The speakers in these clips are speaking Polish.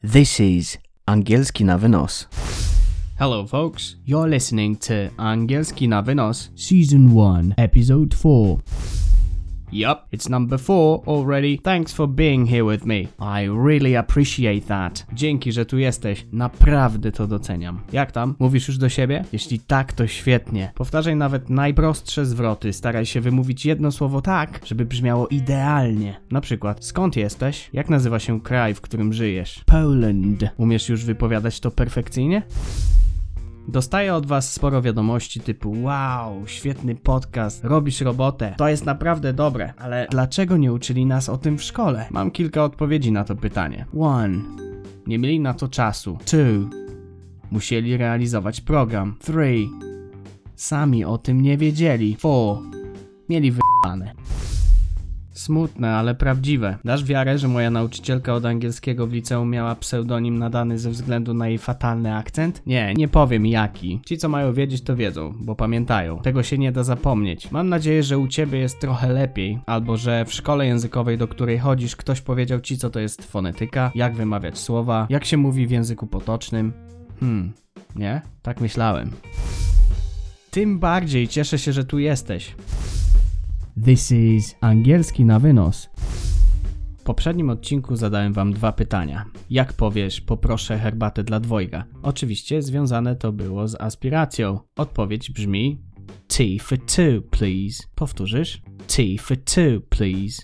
This is Angielski na wynos. Hello folks, you're listening to Angielski na wynos Season 1, Episode 4. Yup, it's number 4 already. Thanks for being here with me. I really appreciate that. Dzięki, że tu jesteś. Naprawdę to doceniam. Jak tam? Mówisz już do siebie? Jeśli tak, to świetnie. Powtarzaj nawet najprostsze zwroty. Staraj się wymówić jedno słowo tak, żeby brzmiało idealnie. Na przykład, skąd jesteś? Jak nazywa się kraj, w którym żyjesz? Poland. Umiesz już wypowiadać to perfekcyjnie? Dostaję od was sporo wiadomości typu wow, świetny podcast, robisz robotę, to jest naprawdę dobre, ale dlaczego nie uczyli nas o tym w szkole? Mam kilka odpowiedzi na to pytanie. 1. Nie mieli na to czasu. 2. Musieli realizować program. 3. Sami o tym nie wiedzieli. 4. Mieli wyjebane. Smutne, ale prawdziwe. Dasz wiarę, że moja nauczycielka od angielskiego w liceum miała pseudonim nadany ze względu na jej fatalny akcent? Nie powiem jaki. Ci, co mają wiedzieć, to wiedzą, bo pamiętają. Tego się nie da zapomnieć. Mam nadzieję, że u ciebie jest trochę lepiej, albo że w szkole językowej, do której chodzisz, ktoś powiedział ci, co to jest fonetyka, jak wymawiać słowa, jak się mówi w języku potocznym. Nie? Tak myślałem. Tym bardziej cieszę się, że tu jesteś. This is Angielski na wynos. W poprzednim odcinku zadałem wam 2 pytania. Jak powiesz, poproszę herbatę dla dwojga? Oczywiście związane to było z aspiracją. Odpowiedź brzmi tea for two, please. Powtórzysz? Tea for two, please.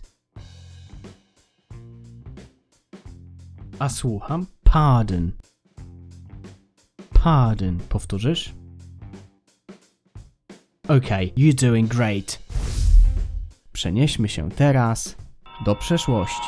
A słucham? Pardon. Pardon. Powtórzysz? Okay, you're doing great. Przenieśmy się teraz do przeszłości.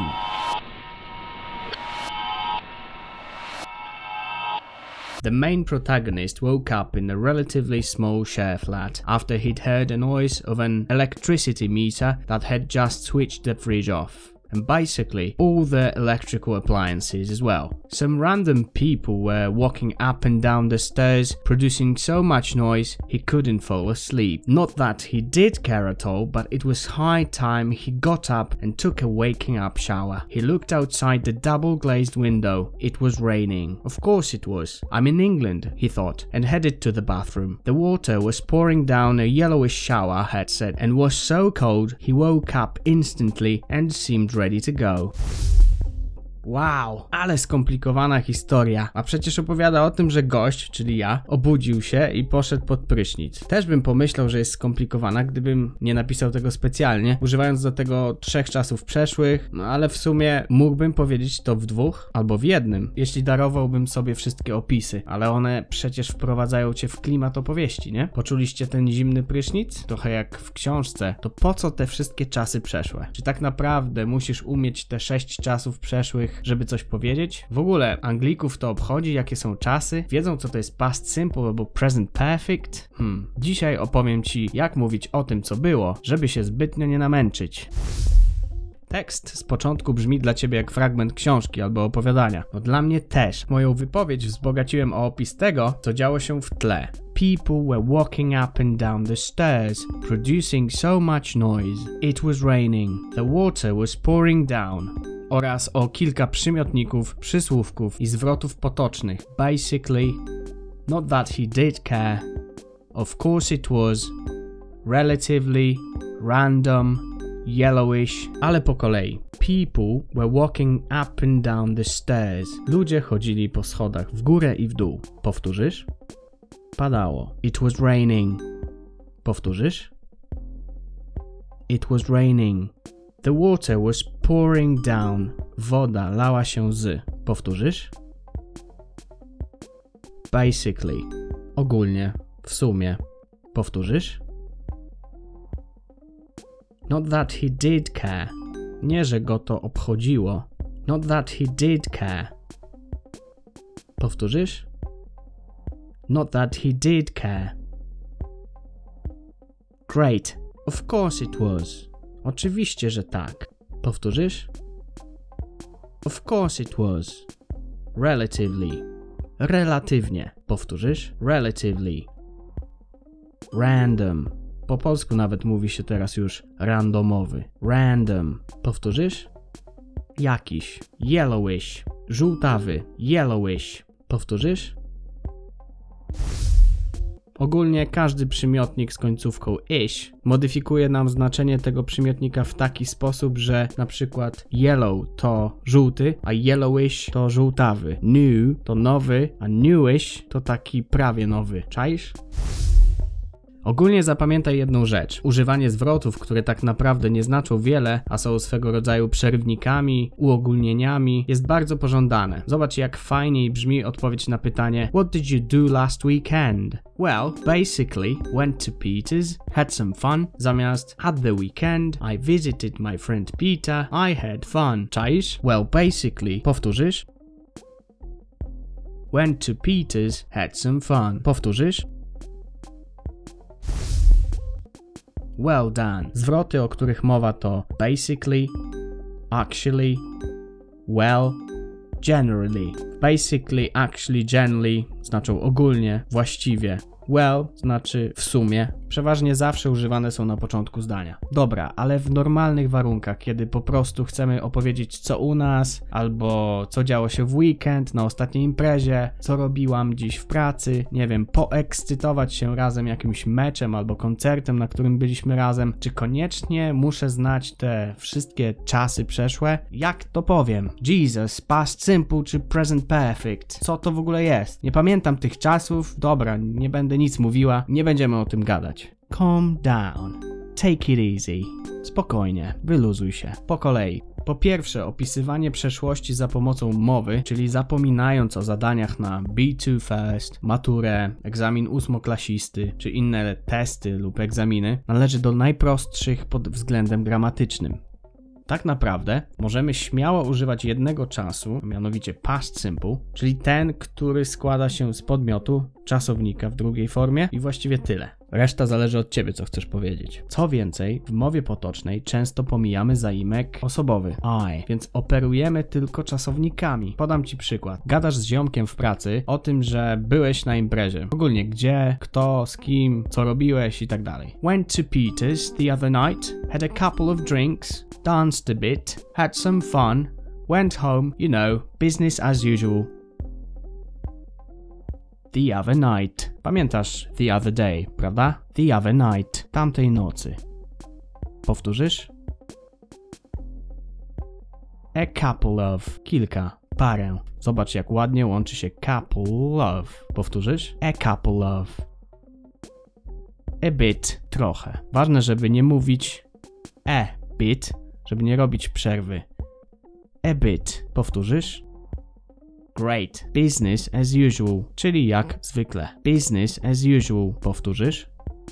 The main protagonist woke up in a relatively small share flat after he'd heard a noise of an electricity meter that had just switched the fridge off. And basically all the electrical appliances as well. Some random people were walking up and down the stairs, producing so much noise he couldn't fall asleep. Not that he did care at all, but it was high time he got up and took a waking up shower. He looked outside the double glazed window. It was raining. Of course it was. I'm in England, he thought, and headed to the bathroom. The water was pouring down a yellowish shower headset and was so cold he woke up instantly and seemed ready to go. Wow, ale skomplikowana historia. A przecież opowiada o tym, że gość, czyli ja, obudził się i poszedł pod prysznic. Też bym pomyślał, że jest skomplikowana, gdybym nie napisał tego specjalnie, używając do tego 3 czasów przeszłych, no ale w sumie mógłbym powiedzieć to w 2 albo w 1, jeśli darowałbym sobie wszystkie opisy, ale one przecież wprowadzają cię w klimat opowieści, nie? Poczuliście ten zimny prysznic? Trochę jak w książce. To po co te wszystkie czasy przeszłe? Czy tak naprawdę musisz umieć te 6 czasów przeszłych, żeby coś powiedzieć? W ogóle Anglików to obchodzi, jakie są czasy? Wiedzą, co to jest past simple albo present perfect? Dzisiaj opowiem ci, jak mówić o tym, co było, żeby się zbytnio nie namęczyć. Tekst z początku brzmi dla ciebie jak fragment książki albo opowiadania. No dla mnie też. Moją wypowiedź wzbogaciłem o opis tego, co działo się w tle. People were walking up and down the stairs, producing so much noise. It was raining. The water was pouring down. Oraz o kilka przymiotników, przysłówków i zwrotów potocznych. Basically, not that he did care. Of course it was. Relatively, random, yellowish, ale po kolei. People were walking up and down the stairs. Ludzie chodzili po schodach w górę i w dół. Powtórzysz? Padało. It was raining. Powtórzysz? It was raining. The water was pouring down. Woda lała się z. Powtórzysz? Basically. Ogólnie. W sumie. Powtórzysz? Not that he did care. Nie, że go to obchodziło. Not that he did care. Powtórzysz? Not that he did care. Great. Of course it was. Oczywiście, że tak. Powtórzysz? Of course it was. Relatively. Relatywnie. Powtórzysz? Relatively. Random. Po polsku nawet mówi się teraz już randomowy. Random. Powtórzysz? jakiś. Yellowish. Żółtawy. Yellowish. Powtórzysz? Ogólnie każdy przymiotnik z końcówką ish modyfikuje nam znaczenie tego przymiotnika w taki sposób, że na przykład yellow to żółty, a yellowish to żółtawy. New to nowy, a newish to taki prawie nowy. Czaisz? Ogólnie zapamiętaj jedną rzecz. Używanie zwrotów, które tak naprawdę nie znaczą wiele, a są swego rodzaju przerywnikami, uogólnieniami, jest bardzo pożądane. Zobacz, jak fajniej brzmi odpowiedź na pytanie What did you do last weekend? Well, basically, went to Peter's, had some fun, zamiast at the weekend, I visited my friend Peter, I had fun. Czaisz? Well, basically, powtórzysz? Went to Peter's, had some fun. Powtórzysz? Well done. Zwroty, o których mowa to basically, actually, well, generally. Basically, actually, generally znaczą ogólnie, właściwie. Well znaczy w sumie. Przeważnie zawsze używane są na początku zdania. Dobra, ale w normalnych warunkach, kiedy po prostu chcemy opowiedzieć co u nas, albo co działo się w weekend, na ostatniej imprezie, co robiłam dziś w pracy, nie wiem, poekscytować się razem jakimś meczem albo koncertem, na którym byliśmy razem, czy koniecznie muszę znać te wszystkie czasy przeszłe? Jak to powiem? Jesus, past simple czy present perfect? Co to w ogóle jest? Nie pamiętam tych czasów, dobra, nie będę nic mówiła, nie będziemy o tym gadać. Calm down. Take it easy. Spokojnie, wyluzuj się. Po kolei. Po pierwsze, opisywanie przeszłości za pomocą mowy, czyli zapominając o zadaniach na B2 First, maturę, egzamin ósmoklasisty, czy inne testy lub egzaminy, należy do najprostszych pod względem gramatycznym. Tak naprawdę możemy śmiało używać jednego czasu, mianowicie past simple, czyli ten, który składa się z podmiotu, czasownika w drugiej formie i właściwie tyle. Reszta zależy od ciebie, co chcesz powiedzieć. Co więcej, w mowie potocznej często pomijamy zaimek osobowy I, więc operujemy tylko czasownikami. Podam ci przykład. Gadasz z ziomkiem w pracy o tym, że byłeś na imprezie. Ogólnie gdzie, kto, z kim, co robiłeś i tak dalej. Went to Peter's the other night, had a couple of drinks, danced a bit, had some fun, went home, you know, business as usual. The other night. Pamiętasz the other day, prawda? The other night. Tamtej nocy. Powtórzysz? A couple of. Kilka. Parę. Zobacz, jak ładnie łączy się couple of. Powtórzysz? A couple of. A bit. Trochę. Ważne, żeby nie mówić a bit, żeby nie robić przerwy. A bit. Powtórzysz? Great. Business as usual, czyli jak zwykle. Business as usual. Powtórzysz?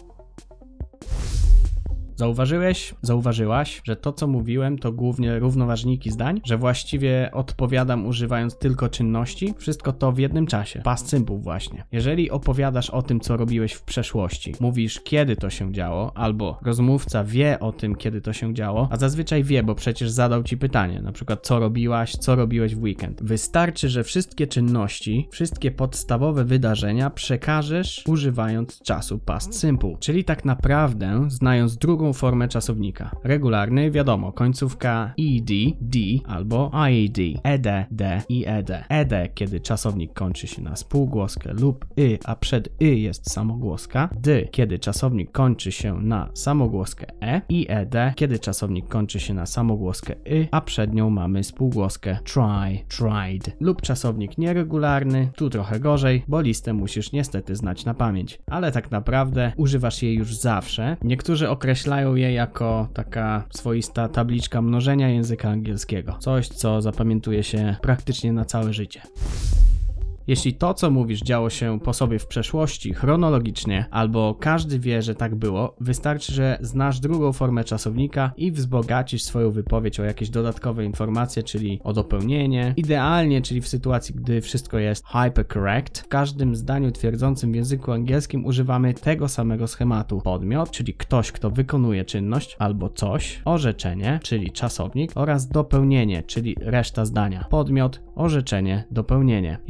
Zauważyłaś, że to co mówiłem to głównie równoważniki zdań, że właściwie odpowiadam używając tylko czynności, wszystko to w jednym czasie. Past simple właśnie. Jeżeli opowiadasz o tym co robiłeś w przeszłości, mówisz kiedy to się działo, albo rozmówca wie o tym kiedy to się działo, a zazwyczaj wie, bo przecież zadał ci pytanie, na przykład co robiłaś, co robiłeś w weekend. Wystarczy, że wszystkie czynności, wszystkie podstawowe wydarzenia przekażesz używając czasu past simple, czyli tak naprawdę znając drugą formę czasownika. Regularny, wiadomo, końcówka ed, d albo ied, ed, d i ed. Ed, kiedy czasownik kończy się na spółgłoskę lub a przed jest samogłoska. D, kiedy czasownik kończy się na samogłoskę i ed, kiedy czasownik kończy się na samogłoskę a przed nią mamy spółgłoskę try, tried. Lub czasownik nieregularny, tu trochę gorzej, bo listę musisz niestety znać na pamięć. Ale tak naprawdę używasz jej już zawsze. Niektórzy określają je jako taka swoista tabliczka mnożenia języka angielskiego. Coś, co zapamiętuje się praktycznie na całe życie. Jeśli to, co mówisz, działo się po sobie w przeszłości, chronologicznie, albo każdy wie, że tak było, wystarczy, że znasz drugą formę czasownika i wzbogacisz swoją wypowiedź o jakieś dodatkowe informacje, czyli o dopełnienie. Idealnie, czyli w sytuacji, gdy wszystko jest hypercorrect, w każdym zdaniu twierdzącym w języku angielskim używamy tego samego schematu. Podmiot, czyli ktoś, kto wykonuje czynność, albo coś, orzeczenie, czyli czasownik, oraz dopełnienie, czyli reszta zdania. Podmiot, orzeczenie, dopełnienie. Jeżeli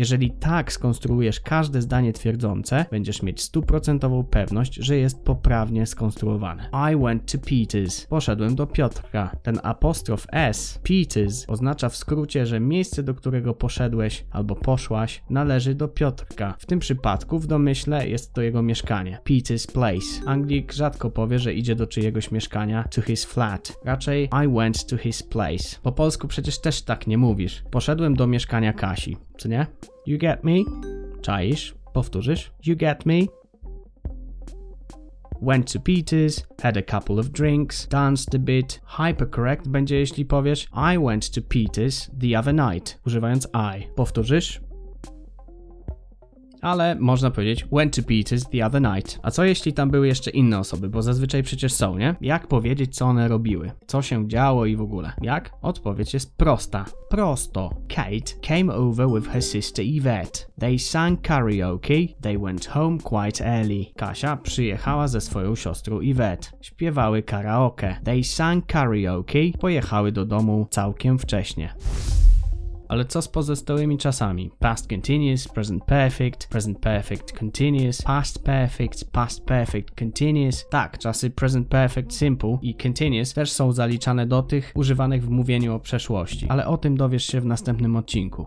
tak skonstruujesz każde zdanie twierdzące, będziesz mieć 100% pewność, że jest poprawnie skonstruowane. I went to Peter's. Poszedłem do Piotrka. Ten apostrof S, Peter's, oznacza w skrócie, że miejsce, do którego poszedłeś albo poszłaś, należy do Piotrka. W tym przypadku w domyśle jest to jego mieszkanie. Peter's place. Anglik rzadko powie, że idzie do czyjegoś mieszkania, to his flat. Raczej I went to his place. Po polsku przecież też tak nie mówisz. Poszedłem do mieszkania Kasi, co nie? You get me? Czaisz? Powtórzysz? You get me? Went to Peter's, had a couple of drinks, danced a bit. Hypercorrect będzie, jeśli powiesz I went to Peter's the other night, używając I. Powtórzysz? Ale można powiedzieć went to Peter's the other night. A co jeśli tam były jeszcze inne osoby, bo zazwyczaj przecież są, nie? Jak powiedzieć, co one robiły? Co się działo i w ogóle? Jak? Odpowiedź jest prosta. Prosto. Kate came over with her sister Yvette. They sang karaoke. They went home quite early. Kasia przyjechała ze swoją siostrą Yvette. Śpiewały karaoke. They sang karaoke. Pojechały do domu całkiem wcześnie. Ale co z pozostałymi czasami? Past continuous, present perfect continuous, past perfect continuous. Tak, czasy present perfect simple i continuous też są zaliczane do tych używanych w mówieniu o przeszłości, ale o tym dowiesz się w następnym odcinku.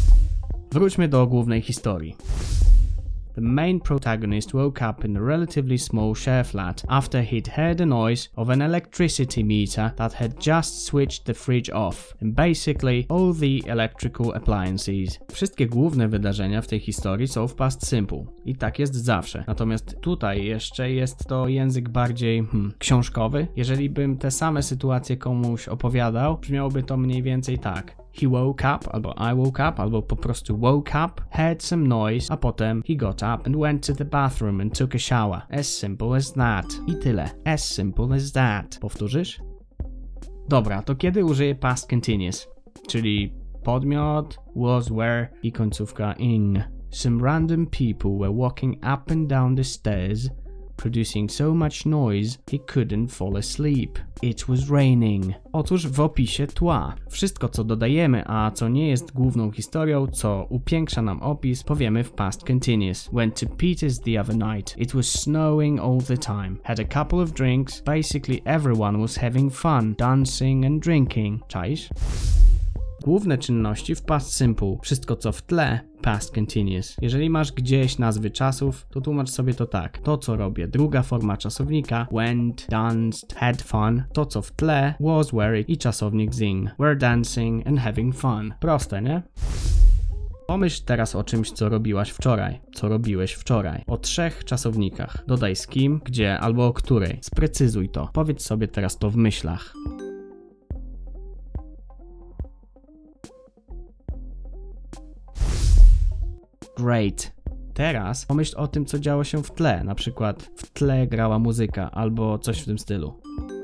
Wróćmy do głównej historii. The main protagonist woke up in a relatively small share flat after he'd heard a noise of an electricity meter that had just switched the fridge off, and basically all the electrical appliances. Wszystkie główne wydarzenia w tej historii są w past simple i tak jest zawsze. Natomiast tutaj jeszcze jest to język bardziej książkowy. Jeżeli bym te same sytuacje komuś opowiadał, brzmiałoby to mniej więcej tak. He woke up, albo I woke up, albo po prostu woke up, heard some noise, a potem he got up and went to the bathroom and took a shower. As simple as that. I tyle. As simple as that. Powtórzysz? Dobra, to kiedy użyję past continuous? Czyli podmiot, was, were i końcówka ing. Some random people were walking up and down the stairs, producing so much noise he couldn't fall asleep. It was raining. Otóż w opisie tła. Wszystko, co dodajemy, a co nie jest główną historią, co upiększa nam opis, powiemy w past continuous. Went to Peter's the other night. It was snowing all the time. Had a couple of drinks. Basically everyone was having fun, dancing and drinking. Czaisz? Główne czynności w past simple. Wszystko co w tle, past continuous. Jeżeli masz gdzieś nazwy czasów, to tłumacz sobie to tak. To co robię, druga forma czasownika, went, danced, had fun. To co w tle, was, were i czasownik zing. Were dancing and having fun. Proste, nie? Pomyśl teraz o czymś, co robiłaś wczoraj, co robiłeś wczoraj. O 3 czasownikach. Dodaj z kim, gdzie albo o której. Sprecyzuj to. Powiedz sobie teraz to w myślach. Great. Teraz pomyśl o tym, co działo się w tle. Na przykład w tle grała muzyka albo coś w tym stylu.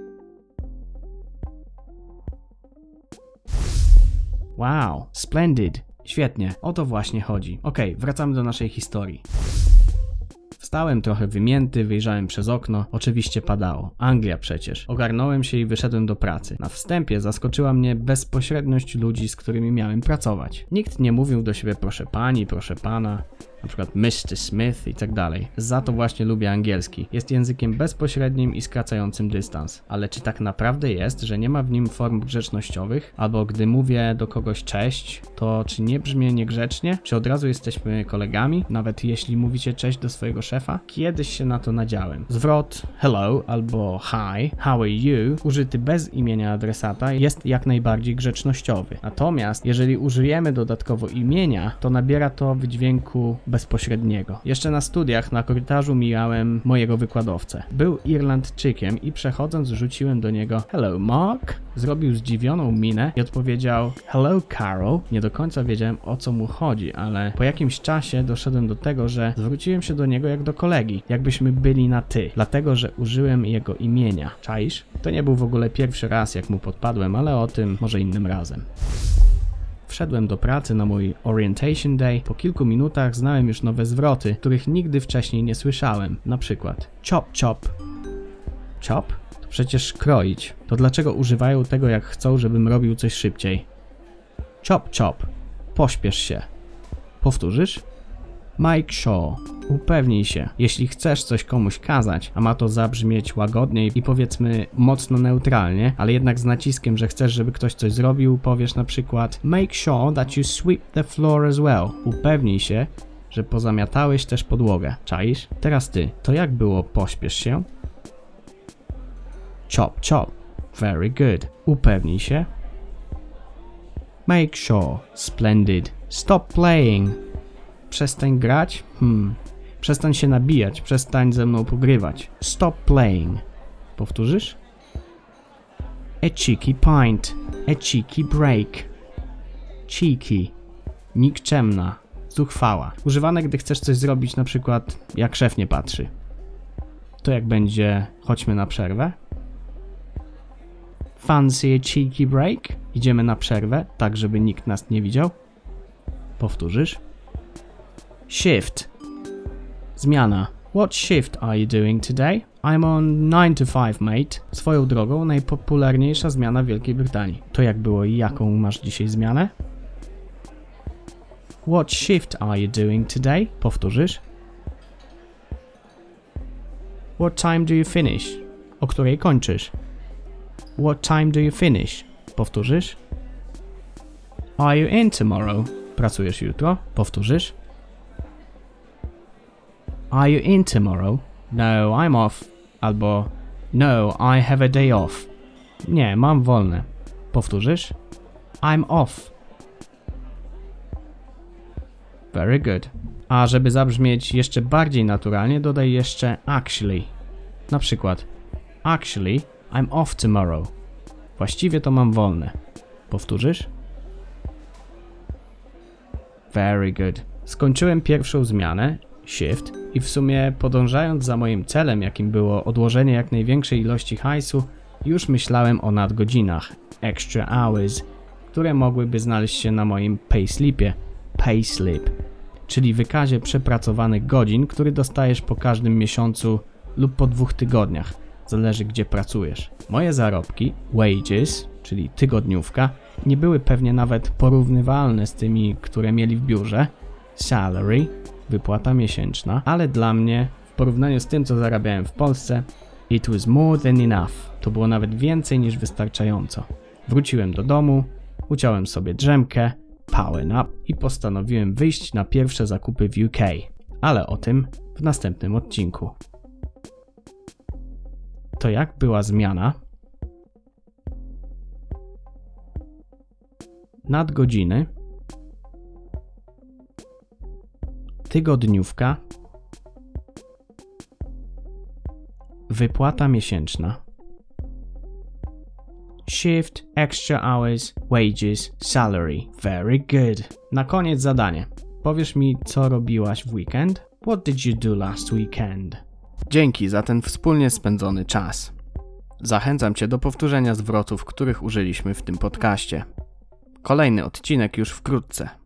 Wow, splendid. Świetnie, o to właśnie chodzi. Okej, wracamy do naszej historii. Wstałem trochę wymięty, wyjrzałem przez okno. Oczywiście padało. Anglia przecież. Ogarnąłem się i wyszedłem do pracy. Na wstępie zaskoczyła mnie bezpośredniość ludzi, z którymi miałem pracować. Nikt nie mówił do siebie proszę pani, proszę pana, na przykład Mr. Smith i tak dalej. Za to właśnie lubię angielski. Jest językiem bezpośrednim i skracającym dystans. Ale czy tak naprawdę jest, że nie ma w nim form grzecznościowych? Albo gdy mówię do kogoś cześć, to czy nie brzmię niegrzecznie? Czy od razu jesteśmy kolegami? Nawet jeśli mówicie cześć do swojego szefa? Kiedyś się na to nadziałem. Zwrot hello albo hi, how are you, użyty bez imienia adresata jest jak najbardziej grzecznościowy. Natomiast jeżeli użyjemy dodatkowo imienia, to nabiera to wydźwięku bezpośredniego. Jeszcze na studiach na korytarzu mijałem mojego wykładowcę. Był Irlandczykiem i przechodząc rzuciłem do niego hello Mark. Zrobił zdziwioną minę i odpowiedział hello Carol. Nie do końca wiedziałem o co mu chodzi, ale po jakimś czasie doszedłem do tego, że zwróciłem się do niego jak do kolegi, jakbyśmy byli na ty, dlatego że użyłem jego imienia. Czaisz? To nie był w ogóle pierwszy raz jak mu podpadłem, ale o tym może innym razem. Wszedłem do pracy na mój orientation day. Po kilku minutach znałem już nowe zwroty, których nigdy wcześniej nie słyszałem. Na przykład chop chop. Chop? To przecież kroić. To dlaczego używają tego jak chcą, żebym robił coś szybciej? Chop chop. Pośpiesz się. Powtórzysz? Make sure. Upewnij się. Jeśli chcesz coś komuś kazać, a ma to zabrzmieć łagodnie i powiedzmy mocno neutralnie, ale jednak z naciskiem, że chcesz, żeby ktoś coś zrobił, powiesz na przykład make sure that you sweep the floor as well. Upewnij się, że pozamiatałeś też podłogę. Czaisz? Teraz ty. To jak było pośpiesz się? Chop, chop. Very good. Upewnij się. Make sure. Splendid. Stop playing. Przestań grać? Przestań się nabijać. Przestań ze mną pogrywać. Stop playing. Powtórzysz? A cheeky pint. A cheeky break. Cheeky. Nikczemna. Zuchwała. Używane, gdy chcesz coś zrobić, na przykład jak szef nie patrzy. To jak będzie chodźmy na przerwę? Fancy a cheeky break? Idziemy na przerwę, tak żeby nikt nas nie widział? Powtórzysz? Shift. Zmiana. What shift are you doing today? I'm on 9 to 5, mate. Swoją drogą najpopularniejsza zmiana w Wielkiej Brytanii. To jak było i jaką masz dzisiaj zmianę? What shift are you doing today? Powtórzysz? What time do you finish? O której kończysz? What time do you finish? Powtórzysz? Are you in tomorrow? Pracujesz jutro? Powtórzysz? Are you in tomorrow? No, I'm off. Albo no, I have a day off. Nie, mam wolne. Powtórzysz? I'm off. Very good. A żeby zabrzmieć jeszcze bardziej naturalnie, dodaj jeszcze actually. Na przykład actually, I'm off tomorrow. Właściwie to mam wolne. Powtórzysz? Very good. Skończyłem pierwszą zmianę, shift, i w sumie podążając za moim celem, jakim było odłożenie jak największej ilości hajsu, już myślałem o nadgodzinach, extra hours, które mogłyby znaleźć się na moim payslipie, payslip, czyli wykazie przepracowanych godzin, który dostajesz po każdym miesiącu lub po 2 tygodniach, zależy gdzie pracujesz. Moje zarobki, wages, czyli tygodniówka, nie były pewnie nawet porównywalne z tymi, które mieli w biurze, salary, wypłata miesięczna, ale dla mnie, w porównaniu z tym, co zarabiałem w Polsce, it was more than enough. To było nawet więcej niż wystarczająco. Wróciłem do domu, uciąłem sobie drzemkę, power nap i postanowiłem wyjść na pierwsze zakupy w UK. Ale o tym w następnym odcinku. To jak była zmiana? Nadgodziny, tygodniówka, wypłata miesięczna, shift, extra hours, wages, salary. Very good. Na koniec zadanie. Powiesz mi, co robiłaś w weekend? What did you do last weekend? Dzięki za ten wspólnie spędzony czas. Zachęcam Cię do powtórzenia zwrotów, których użyliśmy w tym podcaście. Kolejny odcinek już wkrótce.